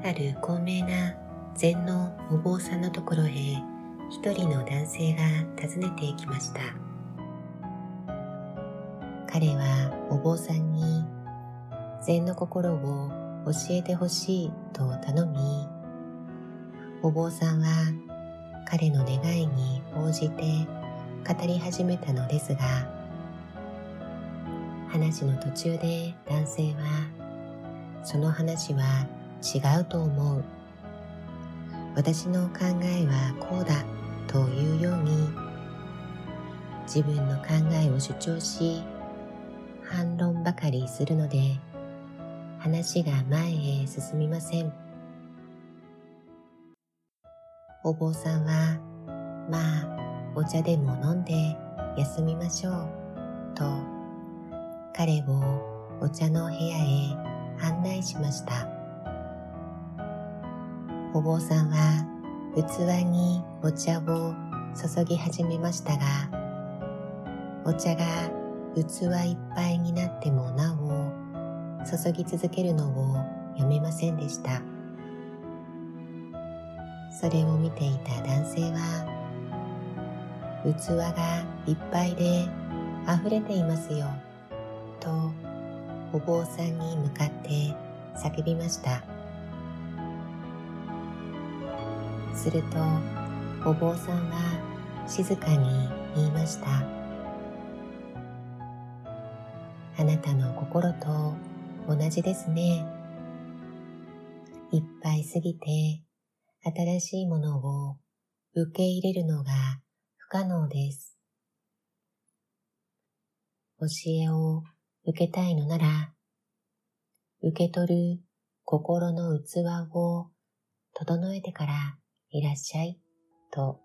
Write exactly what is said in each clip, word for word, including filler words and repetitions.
ある高名な禅のお坊さんのところへ一人の男性が訪ねてきました。彼はお坊さんに禅の心を教えてほしいと頼み、お坊さんは彼の願いに応じて語り始めたのですが、話の途中で男性は、その話は違うと思う。私の考えはこうだというように、自分の考えを主張し、反論ばかりするので、話が前へ進みません。お坊さんは、まあ、お茶でも飲んで休みましょう、と、彼をお茶の部屋へ案内しました。お坊さんは器にお茶を注ぎ始めましたが、お茶が器いっぱいになってもなお注ぎ続けるのをやめませんでした。それを見ていた男性は、器がいっぱいで溢れていますよ、とお坊さんに向かって叫びました。するとお坊さんは静かに言いました。あなたの心と同じですね。いっぱいすぎて新しいものを受け入れるのが不可能です。教えを受けたいのなら、受け取る心の器を整えてからいらっしゃい、と。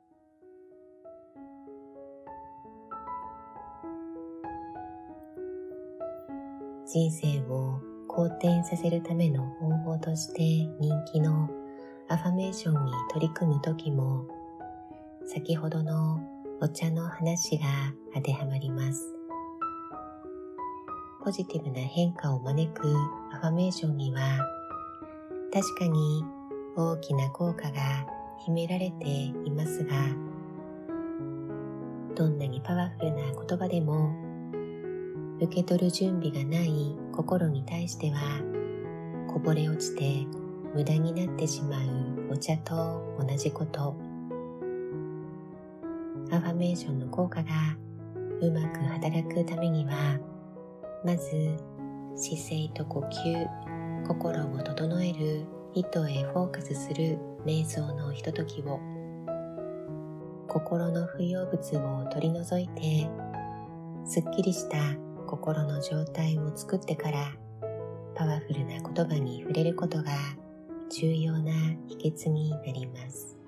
人生を好転させるための方法として人気のアファメーションに取り組むときも、先ほどのお茶の話が当てはまります。ポジティブな変化を招くアファメーションには、確かに大きな効果が秘められていますが、どんなにパワフルな言葉でも、受け取る準備がない心に対しては、こぼれ落ちて無駄になってしまうお茶と同じこと。アファメーションの効果がうまく働くためには、まず姿勢と呼吸、心を整える意図へフォーカスする瞑想のひとときを、心の不要物を取り除いて、すっきりした心の状態を作ってから、パワフルな言葉に触れることが重要な秘訣になります。